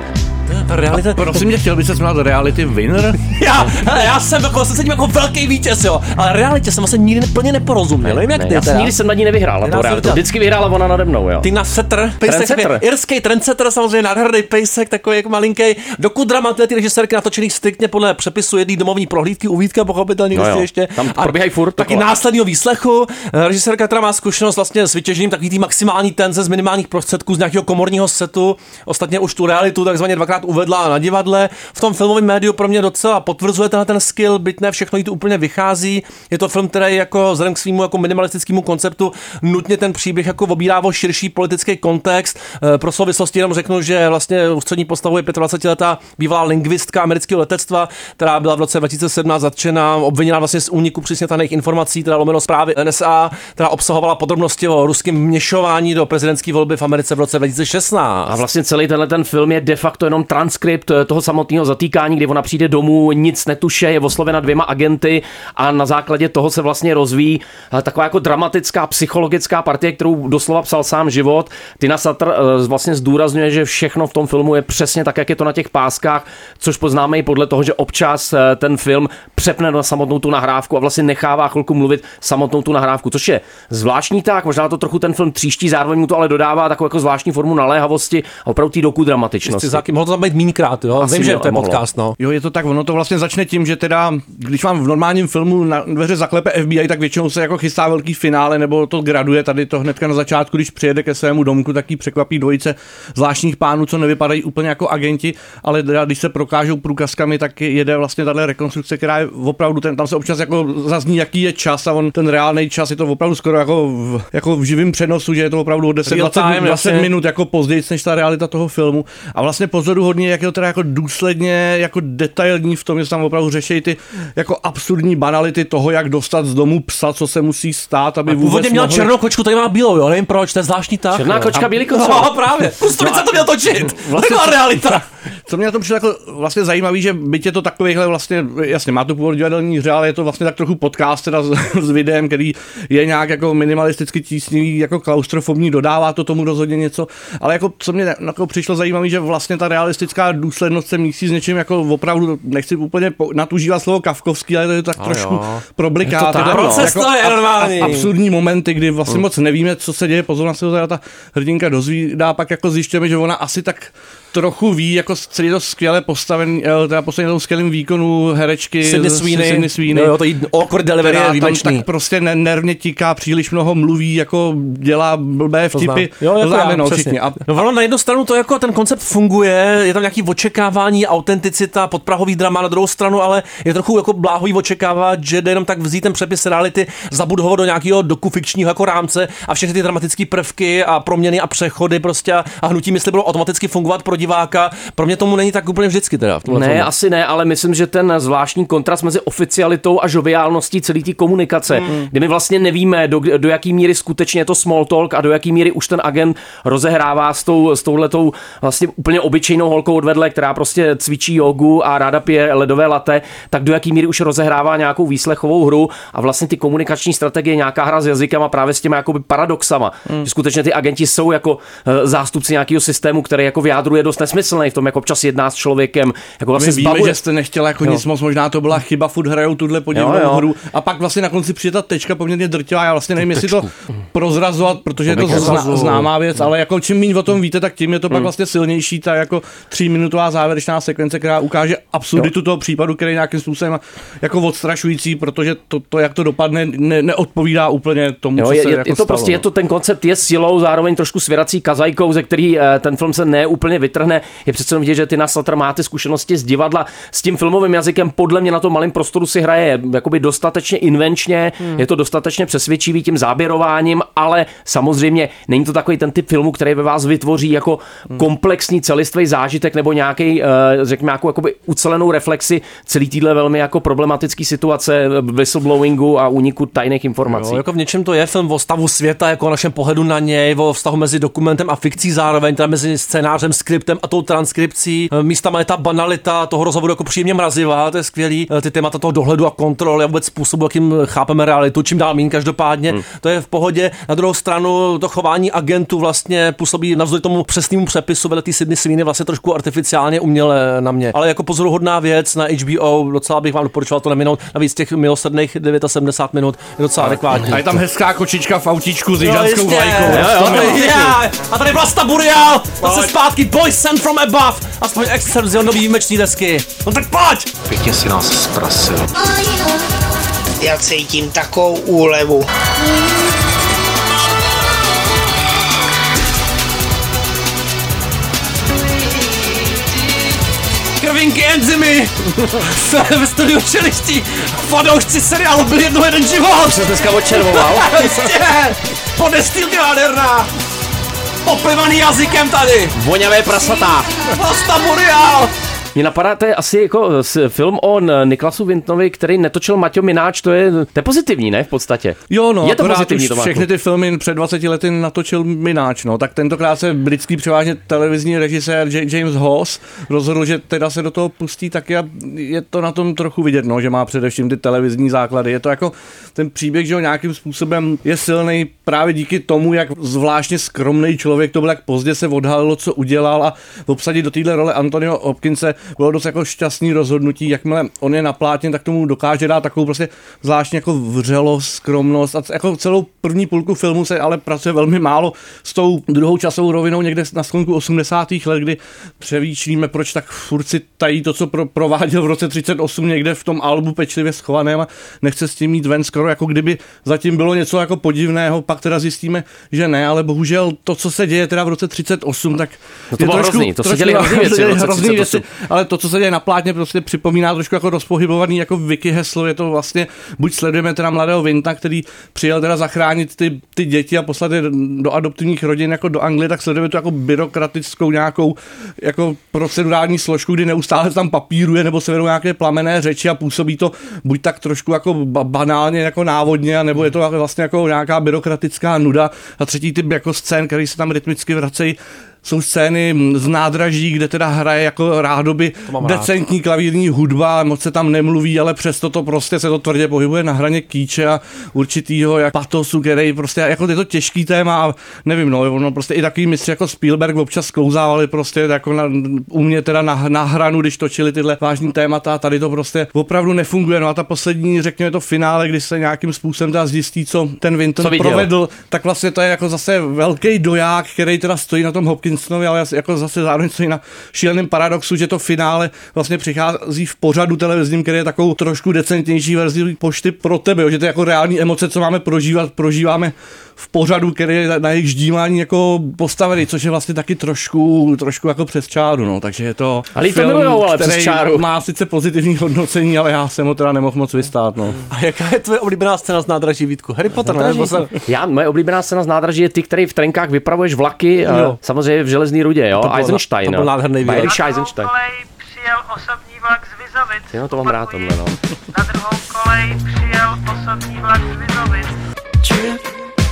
Realita... Prosím mě, chtěl by se smát do reality winner? Já, hele, já jsem jako, se cítím jako velký vítěz, jo, ale realitě jsem vlastně nikdy plně neporozuměl, nevím jak ne, ty já teda. Nikdy jsem nad ní nevyhrál, to realitu. Vždycky vyhrála ona nade mnou, jo. Tina Setter, pejsek, irský trendsetter, samozřejmě nádherný pejsek, takový jako malinký. Dokud Dramaté, ty režisérky natočený striktně podle přepisu jedné domovní prohlídky, uvídka, pochopitelně, no když ještě. Tam probíhají furt. Taky následného výslechu. Režisérka, která má zkušenost vlastně s vytěžením takový tý maximální tenze z minimálních prostředků z nějakého komorního setu. Ostatně už tu realitu takzvaně dvakrát uvedla na divadle. V tom filmovém médiu pro mě docela potvrzuje tenhle ten skill, byť ne všechno jí to úplně vychází. Je to film, který jako vzhledem k svému jako minimalistickému konceptu nutně ten příběh jako obírá o širší politický kontext. Pro souvislosti jenom řeknu, že vlastně ústřední postavou je dvacetiletá bývalá lingvistka amerického letectva, která byla v roce dva tisíce sedmnáct zatčena, obviněna vlastně z úniku přesnětaných informací, teda lomeno zprávy N S A, která obsahovala podrobnosti o ruském vměšování do prezidentské volby v Americe v roce dva tisíce šestnáct. A vlastně celý tenhle ten film je de facto jenom transkript toho samotného zatýkání, kdy ona přijde domů, nic netuše, je oslovena dvěma agenty a na základě toho se vlastně rozvíjí taková jako dramatická psychologická partie, kterou doslova psal sám život. Tina Setter vlastně zdůrazňuje, že všechno v tom filmu je přesně tak, jak je to na těch páskách, což poznáme i podle toho, že občas ten film přepne na samotnou tu nahrávku a vlastně nechává chvilku mluvit samotnou tu nahrávku, což je zvláštní tak, možná to trochu ten film tříští, zároveň mu to ale dodává takovou jako zvláštní formu naléhavosti a opravdu té doku dramatičnosti. Mohlo to tam být mínkrát, jo? Vím, že to je podcast, no. Jo, je to tak, ono to vlastně začne tím, že teda, když vám v normálním filmu na dveře zaklepe F B I, tak většinou se jako chystá velký finále, nebo to graduje tady to hnedka na začátku, když přijede ke svému domku, tak jí překvapí dvojice zvláštních pánů, co nevypadají úplně jako agenti, ale teda, když se prokážou průkazkami, tak jede vlastně tahle rekonstrukce, která je opravdu, ten, tam se občas jako zazní, jaký je čas a on ten reálný čas je to opravdu skoro jako v, jako v živém přenosu, že je to opravdu o deset dvacet minut jako později než ta realita toho filmu. A vlastně pozoruhodně, jak je to teda jako důsledně jako detailní v tom, že tam opravdu řeší ty jako absurdní banality toho, jak dostat z domu psa, co se musí stát, aby vůbec původně měl mohli... černou kočku, tady má bílou, jo, nevím proč, to je zvláštní tak. Černá kočka, bílý kočka. No právě, prostě no, to měl točit, vlastně to je realita. Co mě na tom přišlo jako vlastně zajímavý, že byť je to takovýhle vlastně, jasně má to původ divadelní hře, ale je to vlastně tak trochu podcast teda s, s videem, který je nějak jako minimalisticky tísnivý, jako klaustrofobní, dodává to tomu rozhodně něco, ale jako co mě jako přišlo zajímavý, že vlastně ta realistická důslednost se mísí s něčím jako opravdu, nechci úplně natužívat slovo kafkovský, ale to je tak a trošku jo. Problikát. Je to proces, jako to je normální. Absurdní momenty, kdy vlastně hmm. moc nevíme, co se děje, pozor na se ho ta hrdinka dozvídá, pak jako zjišťujeme, že ona asi tak trochu ví, jako celý to skvěle postavený, teda posledně tomu skvělým výkonu herečky Sydney Sweeney, Sydney Sweeney. Jo, to jí awkward delivery je výjimečný. Tak prostě nervně tiká, příliš mnoho mluví, jako dělá blbé vtipy. Jo, jako známe, já, no, všichni. A... No ono na jednu stranu to jako ten koncept funguje, je tam nějaký očekávání, autenticita, podprahový drama, na druhou stranu, ale je trochu jako bláhový očekávat, že jde jenom tak vzít ten přepis reality, zabud ho do nějakého dokufikčního jako rámce a všechny ty dramatické prvky a proměny a přechody prostě a hnutí mysli budou automaticky fungovat pro diváka. Pro mě tomu není tak úplně vždycky teda. Ne, filmu. asi ne, ale myslím, že ten zvláštní kontrast mezi oficialitou a žoviálností celé té komunikace, mm. kdy my vlastně nevíme, do, do jaký míry skutečně je to small talk a do jaký míry už ten agent rozehrává s, tou, s touhletou vlastně úplně obyčejnou holkou odvedle, která prostě cvičí jogu a ráda pije ledové latte, tak do jaký míry už rozehrává nějakou výslechovou hru a vlastně ty komunikační strategie, nějaká hra s jazykem a právě s těmi jakoby paradoxama. Mm. Že skutečně ty agenti jsou jako zástupci nějakého systému, který jako vyjádruje dost nesmyslný v tom, jako občas jedná s člověkem, jako vlastně My víme, zbavuje. že jste nechtěla jako jo. nic moc, možná to byla chyba, furt hrajou tuhle podivnou hru a pak vlastně na konci přijde ta tečka poměrně drtivá, já vlastně nevím, jestli to prozrazovat, protože to je to zná, známá věc, ale jako čím méně o tom víte, tak tím je to hmm. pak vlastně silnější, ta jako tříminutová závěrečná sekvence, která ukáže absurditu jo. toho případu, který je nějakým způsobem jako odstrašující, protože to, to jak to dopadne, ne, neodpovídá úplně tomu, jo, co je, se je, jako je to stalo, prostě, no. je to ten koncept je silou, zároveň trošku svěrací kazajkou, ze který ten film se neúplně vytrhne. Je přece vidět, že ty na Sutter máte zkušenosti z divadla. S tím filmovým jazykem podle mě na tom malém prostoru si hraje jakoby dostatečně invenčně, hmm. je to dostatečně přesvědčivý tím záběrováním, ale samozřejmě není to takový ten typ filmu, který ve vás vytvoří jako hmm. komplexní celistvý zážitek nebo nějaký, řekněme, nějakou jakoby ucelenou reflexi celý týhle velmi jako problematický situace whistleblowingu a úniku tajných informací. Jo, jako v něčem to je film o stavu světa, jako o našem pohledu na něj, o vztahu mezi dokumentem a fikcí zároveň, teda mezi scénářem, skriptem a tou transkripcí. Místama je ta banalita toho rozhovoru jako příjemně mrazivá, to je skvělý. Ty témata toho dohledu a kontroly a vůbec způsobu, jakým chápeme realitu, čím dál míň každopádně. Hmm. To je v pohodě. Na druhou stranu to chování agentů vlastně působí navzdory tomu přesnému přepisu vedle té Sydney Sweeney vlastně trošku artificiálně uměle na mě. Ale jako pozoruhodná věc na H B O, docela bych vám doporučoval to neminout. Navíc těch milosrdných sedmdesát devět minut je docela adekvátní. A je tam hezká kočička v autíčku s jižanskou vlajkou. A tady Vlasta Burial, zase zpátky Boys Sent from Above, aspoň Excelsior nový výjimečný desky. No tak pojď! Pěkně si nás zprasil. Já cítím takovou úlevu. Krvinky enzymy ve studiu Čeliští. Fanoušci seriálu Byl jednou jeden život. Jsi dneska odčervoval. Jistě! Podestýlky nádherná. Oplivaný jazykem tady. Voňavé prasatá. Vlasta Burial. Mně napadá, to je asi jako film o Niklasu Wintonovi, který netočil Maťo Mináč, to je, to je pozitivní, ne, v podstatě? Jo, no, je to pozitivní, už všechny ty filmy před dvaceti lety natočil Mináč, no, tak tentokrát se britský převážně televizní režisér James Hawes rozhodl, že teda se do toho pustí taky a je to na tom trochu vidět, no, že má především ty televizní základy. Je to jako ten příběh, že ho nějakým způsobem je silný právě díky tomu, jak zvláštně skromný člověk to byl, jak pozdě se odhalilo, co udělal a obsadit do téhle role Anthonyho Hopkinse bylo dost jako šťastný rozhodnutí, jakmile on je na plátně, tak tomu dokáže dát takovou prostě zvláštní jako vřelost, skromnost a jako celou první půlku filmu se ale pracuje velmi málo s tou druhou časovou rovinou někde na sklonku osmdesátých let, kdy přemýšlíme, proč tak furt si tají to, co pro, prováděl v roce třicet osm někde v tom albu pečlivě schovaném a nechce s tím mít ven, skoro jako kdyby zatím bylo něco jako podivného, pak teda zjistíme, že ne, ale bohužel to, co se děje teda v roce třicet osm, tak no to je bylo trošku, hrozný, to trošku, se děli hrozný věci, hrozný věci, ale to, co se děje na plátně, prostě připomíná trošku jako rozpohybovaný jako wiki heslo, je to vlastně, buď sledujeme teda mladého Vinta, který přijel teda zachránit ty, ty děti a poslat je do adoptivních rodin jako do Anglie, tak sledujeme to jako byrokratickou nějakou jako procedurální složku, kdy neustále tam papíruje nebo se vedou nějaké plamené řeči a působí to buď tak trošku jako banálně jako návodně, nebo je to vlastně jako nějaká byrokratická nuda. A třetí typ jako scén, který se tam rytmicky vracejí, jsou scény z nádraží, kde teda hraje jako rádoby decentní klavírní hudba, moc se tam nemluví, ale přesto to prostě se to tvrdě pohybuje na hraně kýče a určitýho jak patosu, který prostě jako je to těžký téma a nevím, no, ono prostě i takový mistři jako Spielberg občas sklouzávali prostě jako na, u mě teda na, na hranu, když točili tyhle vážný témata, tady to prostě opravdu nefunguje, no a ta poslední, řekněme to finále, kdy se nějakým způsobem teda zjistí, co ten Winton provedl, tak vlastně to je jako zase velký doják, který teda stojí na tom Hopkinsonovi, ale jako zase zároveň stojí na šíleném paradoxu, že to finále vlastně přichází v pořadu televizním, který je takovou trošku decentnější verzi Pošty pro tebe, jo, že to je jako reální emoce, co máme prožívat, prožíváme v pořadu, který je na jejich ždímání jako postavený, což je vlastně taky trošku, trošku jako přes čáru, no, takže je to ale film, to milujou, ale který přes čáru. Má sice pozitivní hodnocení, ale já jsem ho teda nemohl moc vystát, no. A jaká je tvoje oblíbená scéna z nádraží, Vítku? Harry Potter, ne? Já, moje oblíbená scéna z nádraží je ty, který v trenkách vypravuješ vlaky, no. Samozřejmě v železné rudě, jo, Eisenstein, to byl nádherný výrok. Bayerische Eisenstein. Na druhou kolej přijel osobní vlak z Vizovic. Jo, to mám rád tohle, no. Na druhou kolej přijel osobní vlak z Vizovic. Trip,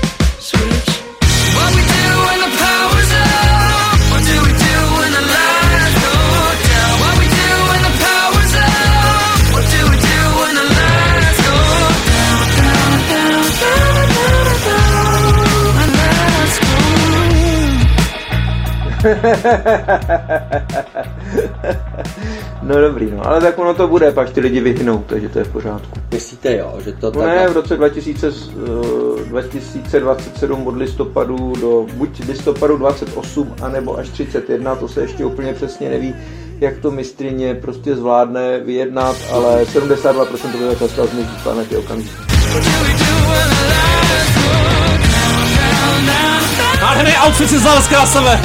switch. What we do when the power's up? What do we do when the lights go down? What we do when the power's up? What do we do when the lights go down, down, down, down, down, down, and lights go. No dobrý, no, ale tak ono to bude, pak ty lidi vyhnou, takže to je v pořádku. Myslíte jo, že to no tak... Ne, v roce dva tisíce, dva tisíce dvacet sedm od listopadu do buď listopadu dvacet osm, anebo až třicet jedna, to se ještě úplně přesně neví, jak to mistryně prostě zvládne vyjednat, ale sedmdesát dva procent obyvatelstva zmizí z planety okamžitě. Nádherný outfit si vzal z krásové.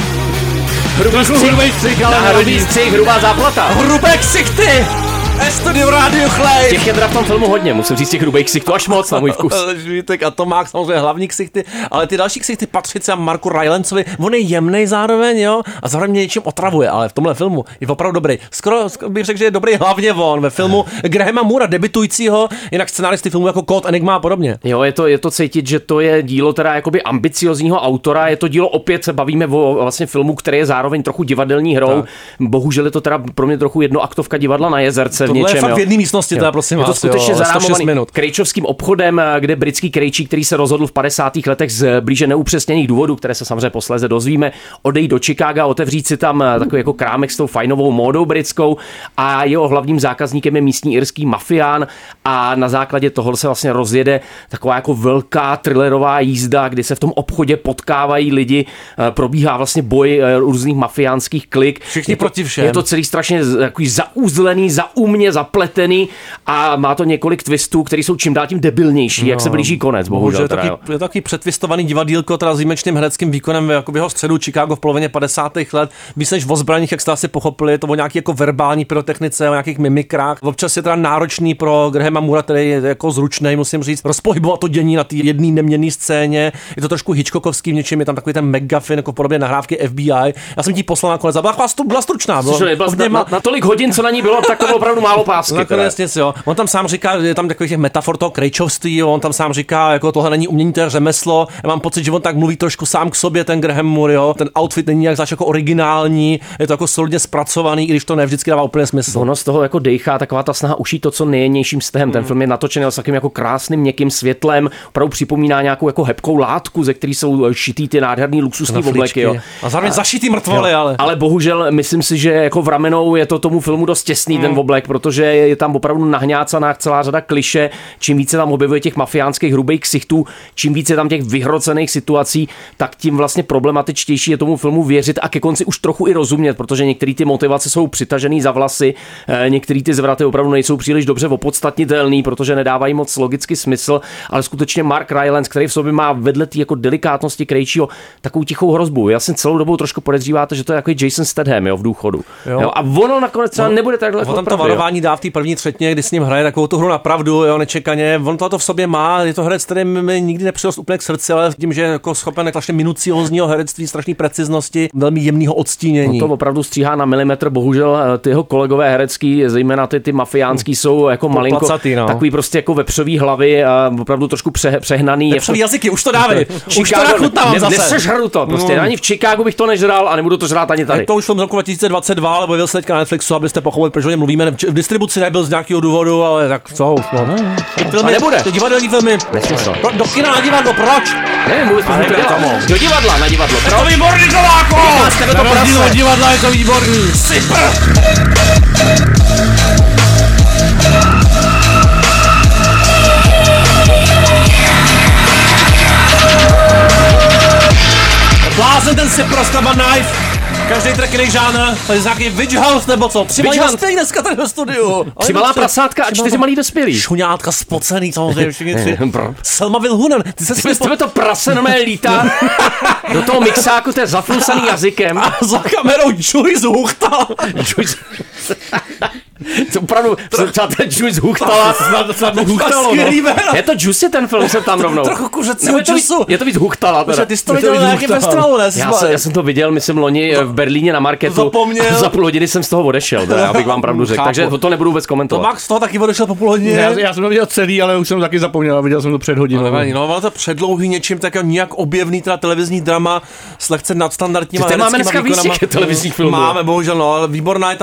Hrubý střih, ale hrubý střih, hrubá záplata. Hrubé ksichty! Studio Radio Chlej. Těch je teda v tom filmu hodně, musím říct těch hrubých ksichtů až moc na můj vkus. Žvítek a Tomák samozřejmě hlavní ksichty, ale ty další ksichty patří třeba Marku Rylancovi, on je jemnej zároveň, jo, a zároveň mě něčím otravuje, ale v tomhle filmu je opravdu dobrý. Skoro, skoro bych řekl, že je dobrý hlavně on ve filmu Grahama Moora, debitujícího, jinak scenáristy filmů jako Code Enigma a podobně. Jo, je to, je to cítit, že to je dílo teda jakoby ambiciozního autora, je to dílo, opět se bavíme o vlastně filmu, který je zároveň trochu divadelní hrou. Tak. Bohužel je to teda pro mě trochu jednoaktovka Divadla na Jezerce. Tohle něčem, je fakt jo. v jedné místnosti, teda prosím je to vás, skutečně jo, zarámovaný krejčovským obchodem, kde britský krejčí, který se rozhodl v padesátých letech z blíže neupřesněných důvodů, které se samozřejmě posléze dozvíme, odejít do Chicaga, otevřít si tam takový jako krámek s tou fajnovou módou britskou a jeho hlavním zákazníkem je místní irský mafián a na základě toho se vlastně rozjede taková jako velká thrillerová jízda, kdy se v tom obchodě potkávají lidi, probíhá vlastně boj různých mafiánských klik. Všichni proti všem. Je to celý strašně takový zauzlený, zaumně zapletený a má to několik twistů, které jsou čím dál tím debilnější, no, jak se blíží konec. Bohužel, je, taky, je taky předtvistovaný divadýlko, teda s výjimečným hereckým výkonem jako v jeho středu Chicago v polovině padesátých let. Víc než o zbraních, jak jste asi pochopili, je to o nějaký jako verbální pyrotechnice, o nějakých mimikrách. Občas je teda náročný pro Grahama Moora, který je jako zručný, musím říct, rozpohybovat to dění na té jedné neměnné scéně. Je to trošku Hitchcockovský v něčem, je tam takový ten megafon jako v podobě nahrávky F B I. Já jsem ti poslal nakonec, byla, byla stručná. Bylo, Což nebyla, na, na, na tolik hodin, co na ní bylo, tak to bylo opravdu málo pásky. Nakonec nic, jo. On tam sám říká, je tam takových těch metafor toho krejčovství, jo. On tam sám říká, jako tohle není umění, to je řemeslo. Já mám pocit, že on tak mluví trošku sám k sobě, ten Graham Moore, jo. Ten outfit není jak jako originální, je to jako solidně zpracovaný, i když to ne vždycky dává úplně smysl. Ono z toho jako dejchá taková ta snaha ušít to, co nejjemnějším stehem. Ten film je natočený s takovým jako krásným měkkým světlem, opravdu připomíná nějakou jako hebkou látku, ze který jsou šitý ty nádherný luxusní obleky, jo. A zároveň zašitý mrtvoly, jo. ale. Ale bohužel myslím si, že jako v ramenou je to tomu filmu dost těsný mm. ten oblek, protože je tam opravdu nahňácaná celá řada kliše. Čím více tam objevuje těch mafiánských hrubých ksichtů, čím více tam těch vyhrocených situací, tak tím vlastně problematičtější je tomu filmu věřit a ke konci už trochu i rozumět, protože některé ty motivace jsou přitažený za vlasy, některé ty zvraty opravdu nejsou příliš dobře opodstatnitelný, protože nedávají moc logický smysl, ale skutečně Mark Rylance, který v sobě má vedle té jako delikátnosti krejčího takovou tichou hrozbu. Já jsem celou dobu trošku podezříváte, že to je jako Jason Statham, jo, v důchodu. Jo. Jo, a ono nakonec třeba no, nebude takhle. On tam to varování dá v té první třetině, kdy s ním hraje takovou tu hru na pravdu, jo, nečekaně. On to v sobě má, je to herec, který mi nikdy nepřirost úplně k srdci, ale tím, že je jako schopen strašně minuciózního herectví, strašné preciznosti, velmi jemného odstínění. On to opravdu stříhá na milimetr, bohužel ty jeho kolegové herecký, zejména ty, ty mafiánský, jsou jako malinko placatý, no. Takový prostě jako vepřový hlavy a opravdu trošku pře, přehnaný. Vepřový jako, jazyky, už to dávej. Už to nachutnávám zase. Nesežru to, prostě no. Ani v Chicagu bych to nežral a nebudu to žrát ani tady. Je to už film z roku dva tisíce dvacet dva, ale byl se teďka na Netflixu, abyste pochopili, proč o něm mluvíme. V distribuci nebyl z nějakého důvodu, ale tak co? No. Filmy, a nebude. Ty divadelní filmy. Nesmysl. Pro, do kina na divadlo, proč? Nevím, vůbec to dělat. Do divadla na divadlo. Proč? Je to výborný, Kováko! Na rozdíl od divadla je to výborný. Super! Blázen ten si prostava knife. Každý track jiný žánr, to je nějaký Witch House nebo co? Tři malý dospělí dneska tady ve studiu. Tři malá prasátka a čtyři malý dospělí. Šuňátka spocený, samozřejmě všichni tři. Selma Vilhunen. Ty se s tebe to prase nomé lítá do toho mixáku, to je zaflusaný jazykem. A za kamerou Juice Huchtal. Juice... To opravdu, třeba ten Juice Huchtala. Snad Huchtalo, no. Je to Juicy ten film, jsem tam rovnou. Trochu kuřecího Juicu. Je to víc Huchtala. Teda. Ty jsi to viděl nějaký festivalu, ne? Já, já jsem to viděl, myslím, loni v Berlíně na marketu. Zapomněl. Za půl hodiny jsem z toho odešel, teda, abych vám pravdu řekl. Takže to nebudu vůbec komentovat. To Max z toho taky odešel po půl hodině. Já, já jsem to viděl celý, ale už jsem taky zapomněl, viděl jsem to před hodinou. No, no, ale to předlouhý něčím tak nějak objevný teda televizní drama s lehce nadstandardníma hereckýma výkonama. Televizních filmů. Máme, bohužel, no, ale výborná je tam hlavně Alma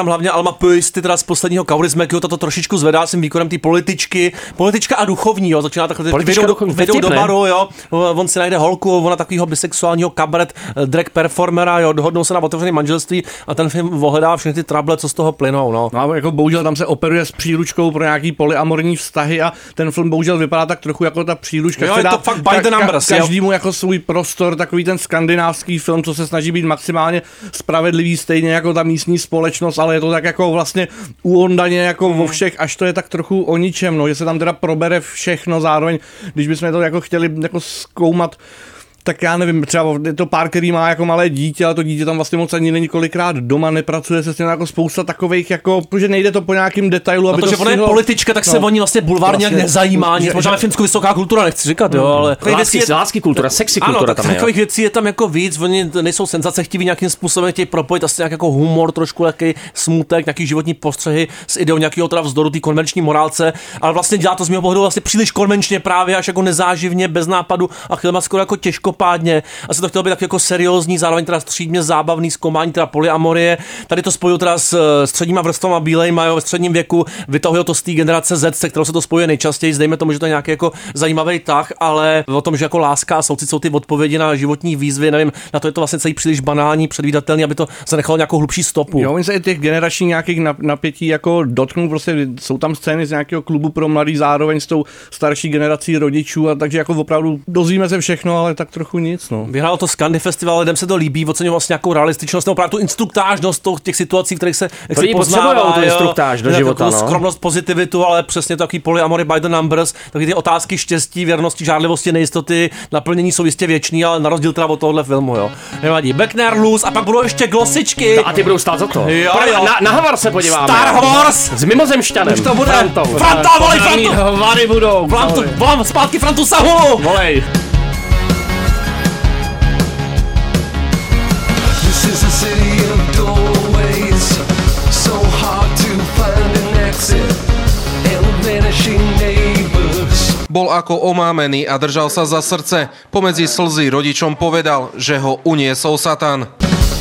mapuisty teda z posledního Kaurismäkiho, Mekiho, to trošičku zvedá svým výkonem ty političky, politička a duchovní, jo, začíná takhle, politička vejdou, duchovní, vejdou do ne? baru, jo, on si najde holku, ona takovýho bisexuálního kabaret drag performera, jo, dohodnou se na otevřené manželství a ten film ohledá všechny ty trable, co z toho plynou, no. No a jako bohužel tam se operuje s příručkou pro nějaký polyamorní vztahy a ten film bohužel vypadá tak trochu jako ta příručka. Jo, je to fakt by the numbers, ka- každému jako svůj prostor, takový ten skandinávský film, co se snaží být maximálně spravedlivý, stejně jako ta místní společnost, ale je to tak jako vlastně uondaně jako mm. o všech, až to je tak trochu o ničem, no, že se tam teda probere všechno zároveň, když bychom to jako chtěli jako zkoumat, tak já nevím, třeba je to pár, který má jako malé dítě, ale to dítě tam vlastně moc ani není kolikrát doma, nepracuje se s tím jako spousta takových, jako, protože nejde to po nějakým detailu, aby no to, to že ona je politička, tak no, se o ní vlastně bulvárně vlastně, nezajímá, nic, možná ve Finsku vysoká kultura, nechci říkat, jo, ale... Lásky, lásky kultura, sexy kultura ano, tam je. Takových věcí je tam jako víc, oni nejsou senzace, chtějí nějakým způsobem chtějí propojit asi nějak jako humor, trošku nějaký smutek, nějaký životní postřehy s ideou nějakého teda vzdoru té konvenční morálce, ale vlastně dělá to z mého pohledu vlastně příliš konvenčně právě až jako nezáživně, bez nápadu a chtěl skoro jako těžkopádně. Asi to chtělo být tak jako seriózní, zároveň teda střídmě zábavný zkoumání teda polyamorie. Tady to spojují teda s středníma vrstvama bílejma, jo, ve středním věku, vytahuje to z té generace Z, se kterou se to spojuje nejčastěji. Zdejme tomu, že to je nějaký jako zajímavý tah, ale o tom, že jako láska a soucit jsou ty odpovědi na životní výzvy, nevím, na to je to vlastně celý příliš banální, předvídatelný, aby to zanechalo nějakou hlubší stopu. Jo, oni se i těch generačních nějakých napětí jako dotknou, prostě jsou tam scény z nějakého klubu pro mladý zároveň s tou starší generací rodičů a takže jako opravdu dozvíme se všechno, ale tak trochu nic, no. Vyhrál to Scandy Festival, lidem se to líbí, oceňoval vlastně nějakou realističnost, nebo právě tu instruktážnost těch situací, v kterých se, se poznává, tu instruktáž do života, no. Skromnost, pozitivitu, ale přesně takový polyamory by the numbers, taky ty otázky štěstí, věrnosti, žárlivosti, nejistoty, naplnění jsou jistě věčný, ale na rozdíl teda od tohohle filmu, jo. Nevadí. Beckner, Luz a pak budou ještě glosičky. A ty budou stát za to. Jo, jo. Na, na Havar se podíváme. Star Wars s mimozemšťanem. Už to bude. Frantou. Franta, volej Frantu. Havary budou. Frantu, volám zpátky Frantu Sahu. Volej. Bol ako omámený a držal sa za srdce. Pomedzi slzy rodičom povedal, že ho uniesol Satan.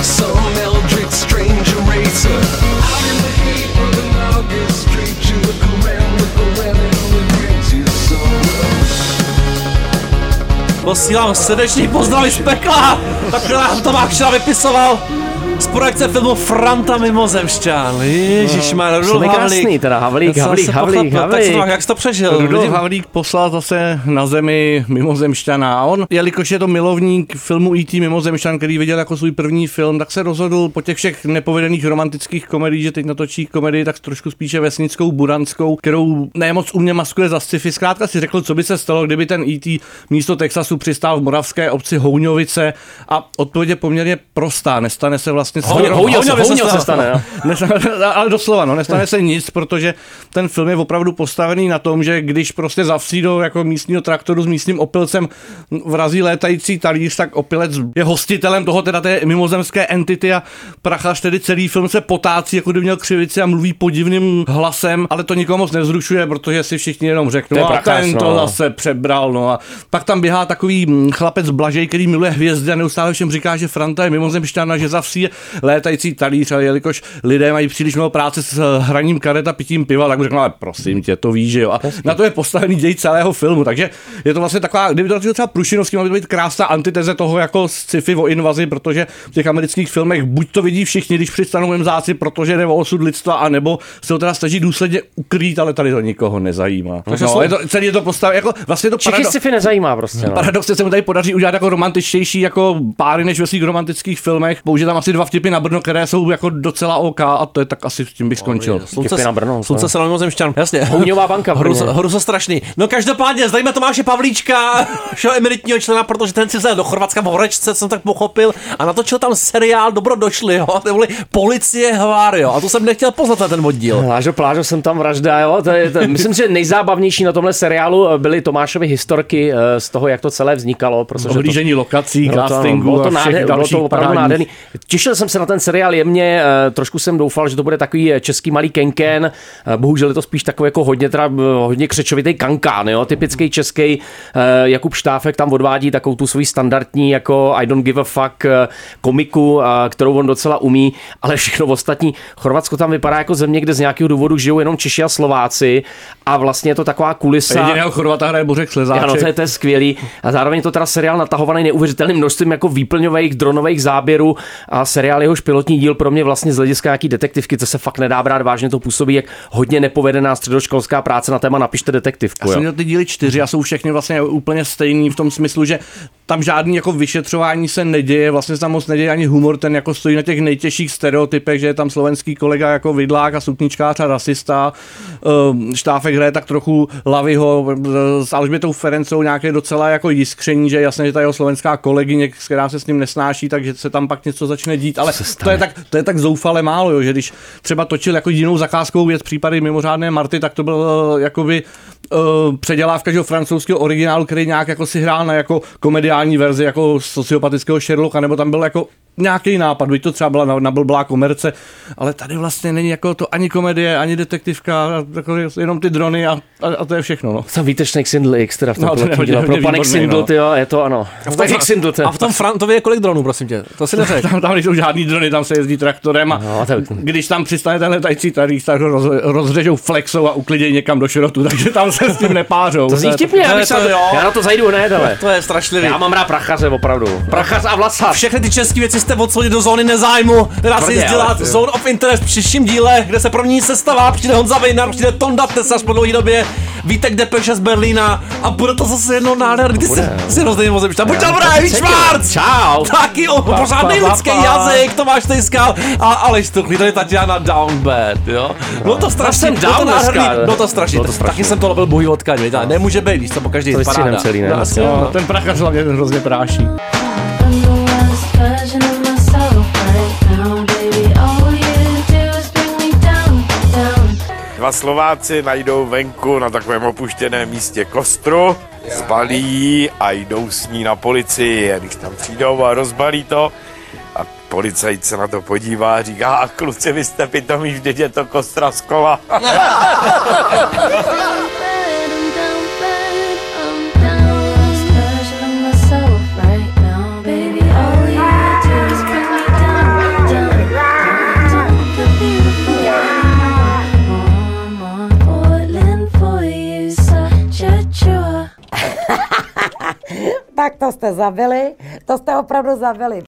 Posílám srdečný pozdravy z pekla. Tak nám Tomáš Šra vypisoval z projekce filmu Franta mimozemšťan. Ježišmar, Rudolf Havlík. Krásný teda, Havlík, Havlík, Havlík, Havlík. Tak jak jsi to přežil? Rudolf Havlík poslal zase na zemi mimozemšťana a on, jelikož je to milovník filmu E T Mimozemšťan, který viděl jako svůj první film, tak se rozhodl po těch všech nepovedených romantických komediích, že teď natočí komedii tak trošku spíše vesnickou, buranskou, kterou nemoc u mě maskuje za sci-fi. Zkrátka si řekl, co by se stalo, kdyby ten E T místo Texasu přistál v moravské obci Houňovice a odpověď je poměrně prostá, nestane se vlastně Houňo, houňo, se, houňo se stane, no. Nestane, ale doslova, no, nestane se nic, protože ten film je opravdu postavený na tom, že když prostě zavří do jako místního traktoru s místním opilcem vrazí létající talíř, tak opilec je hostitelem toho teda té mimozemské entity a prachař tedy celý film se potácí, jako kdyby měl křivici a mluví podivným hlasem, ale to nikomu moc nevzrušuje, protože si všichni jenom řeknou, a ten to no. zase přebral, no a pak tam běhá takový chlapec Blažej, který miluje hvězdy a neustále všem říká, že Franta je mimozemšťan a že zavří je létající talíř, ale jelikož lidé mají příliš mnoho práce s hraním karet a pitím piva, tak mu řeknu, ale prosím tě, to víš, že jo. A na to je postavený děj celého filmu, takže je to vlastně taková, kdyby to třeba Prušinovský, mohla být krásná antiteze toho jako sci-fi o invazi, protože v těch amerických filmech buď to vidí všichni, když přistanou mzáci, protože jde o osud lidstva, anebo se to teda snaží důsledně ukrýt, ale tady to nikoho nezajímá. Takže no, je to, celý je to postavený, jako vlastně to paradox, sci-fi nezajímá prostě. No. Paradoxně se mu tady podaří udělat jako romantičtější jako páry než ve svých romantických filmech. Použije tam asi dva vtipy na Brno, které jsou jako docela OK a to je tak asi s tím bych skončil. Slunce na Brno. Slunce se na mimozemšťan. Jasně. Houňová banka. Hru so strašný. No každopádně, zdajme Tomáše Pavlíčka, všeho emeritního člena, protože ten si vzal do Chorvatska v horečce, jsem tak pochopil, a natočil tam seriál Dobro došli, jo. To byly Policie Hvar, jo. A to jsem nechtěl poznat na ten oddíl. Lážo Plážo jsem tam vražda, jo. To je, to, myslím, že nejzábavnější na tomhle seriálu byly Tomášovy historky z toho, jak to celé vznikalo, protože ohlížení to, lokací, no, castingu to, a všech dalších to opravdu nádherný. Těšil jsem jsem se na ten seriál jemně, trošku jsem doufal, že to bude takový český malý kenken, bohužel je to spíš takový jako hodně, teda, hodně křečovitý kankán, jo? Typický český Jakub Štáfek tam odvádí takovou tu svoji standardní jako I don't give a fuck komiku, kterou on docela umí, ale všechno ostatní. Chorvatsko tam vypadá jako země, kde z nějakého důvodu žijou jenom Češi a Slováci a vlastně je to taková kulisa. Jediného Chorvata hraje Bořek Slezáček. Ano, to je, to je skvělý. A zároveň je to teda seriál natahovaný neuvěřitelným množstvím jako výplňových dronových záběrů a seriál jehož pilotní díl pro mě vlastně z hlediska jaký detektivky, to se fakt nedá brát vážně, to působí jak hodně nepovedená středoškolská práce na téma napište detektivku. Já jsem měl ty díly čtyři a jsou všechny vlastně úplně stejný v tom smyslu, že tam žádný jako vyšetřování se neděje, vlastně se tam moc neděje ani humor, ten jako stojí na těch nejtěžších stereotypech, že je tam slovenský kolega jako vidlák a sukničkář a rasista. Štáfek hraje tak trochu Laviho s Alžbětou Ferencovou nějaké docela jako jiskření, že jasně, že ta jeho slovenská kolegyně, která se s ním nesnáší, takže se tam pak něco začne dít, ale to je tak, to je tak zoufale málo, jo, že když třeba točil jako jinou zakázkovou věc případy mimořádné Marty, tak to byl jakoby uh, předělávka že francouzského originálu, který nějak jako si hrál na jako komediální verzi jako sociopatického Sherlocka, nebo tam byl jako nějaký nápad, byť to třeba byla na, na blblá komerce, ale tady vlastně není jako to ani komedie, ani detektivka, jako jenom ty drony a, a, a to je všechno. No. Tam víte Xindl X, teda v tom no, pilotní díle. Pro pan Xindl, no. Je to ano. A v tom, Xindl, a v tom Frantově je kolik dronů, prosím tě? To si neřek. Tam, tam nejsou žádný drony, tam se jezdí traktorem a no, tak... když tam přistane ten letající tarých, tak ho roz, rozřežou flexou a uklidějí někam do šrotu, takže tam se s tím nepářou. To zní vtipně, já, to, já na to zajdu hned, ale. To je strašlivý. Já mám rád prachaře, opravdu. Prachař a Vlasák. Všechny ty české věci jste odsvodili do zóny nezájmu, která se dělá Zone of Interest v příštím díle, kde se první sestava, přijde Honza Vejnar, přijde Tonda Tesař po dlouhé době, Vítek Depeše z Berlína a bude to zase jednou nádherný. Ty si, si rozdejím moc zepšta. Buď dobrá, Evi Švárc! Čau! Taky o pořádný lidský jazyk, Tomáš Tejskal a Aleš Tuchlý, tady Tatiana Downbed, jo? Bylo to strašně, bylo to nádherný, bylo to strašně, taky jsem to lovil bohý odkaň, víte, nemůže být, víš co, po každý paráda. Celý, ne? Ten prachař hlavně hrozně práší. Dva Slováci najdou venku na takovém opuštěném místě kostru, zbalí ji a jdou s ní na policii. A když tam přijdou a rozbalí to, a policajt se na to podívá a říká, a kluci, vy jste pitomí, vždyť je to kostra z kola. Tak to jste zabili, to jste opravdu zabili.